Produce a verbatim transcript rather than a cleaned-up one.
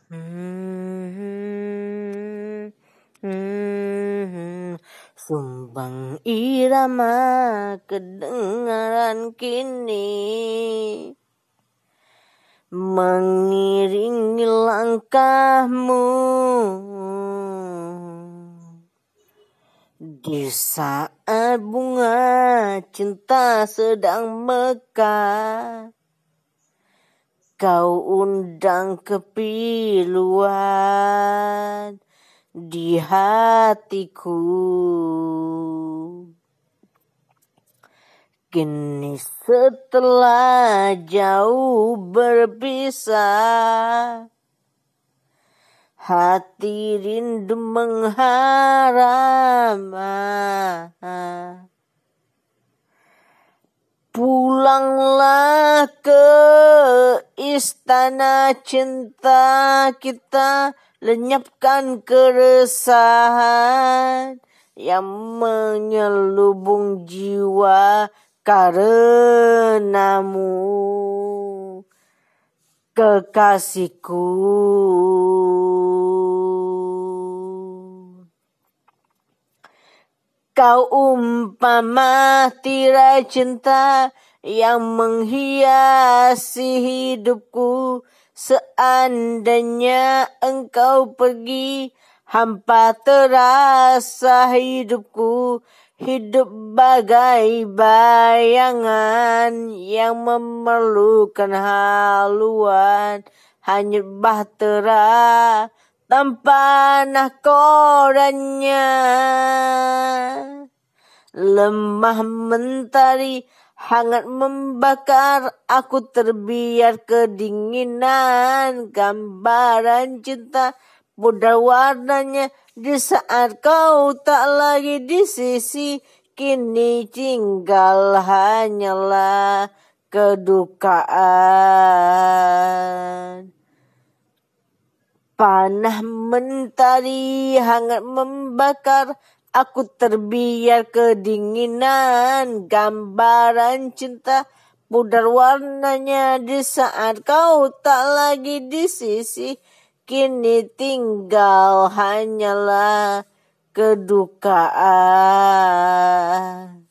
Hmm, hmm, sumbang irama kedengaran kini, mengiringi langkahmu di saat bunga cinta sedang mekar. Kau undang kepiluan di hatiku. Kini setelah jauh berpisah, hati rindu mengharap. Pulanglah ke istana cinta kita, lenyapkan keresahan yang menyelubung jiwa karenamu, kekasihku. Kau umpama tirai cinta yang menghiasi hidupku. Seandainya engkau pergi, hampa terasa hidupku. Hidup bagai bayangan yang memerlukan haluan, hanyut bahtera tanpa nahkodanya. Lemah mentari hangat membakar, aku terbiar kedinginan. Gambaran cinta pudar warnanya di saat kau tak lagi di sisi. Kini tinggal hanyalah kedukaan. Panah mentari hangat membakar, aku terbiar kedinginan. Gambaran cinta pudar warnanya di saat kau tak lagi di sisi. Kini tinggal hanyalah kedukaan.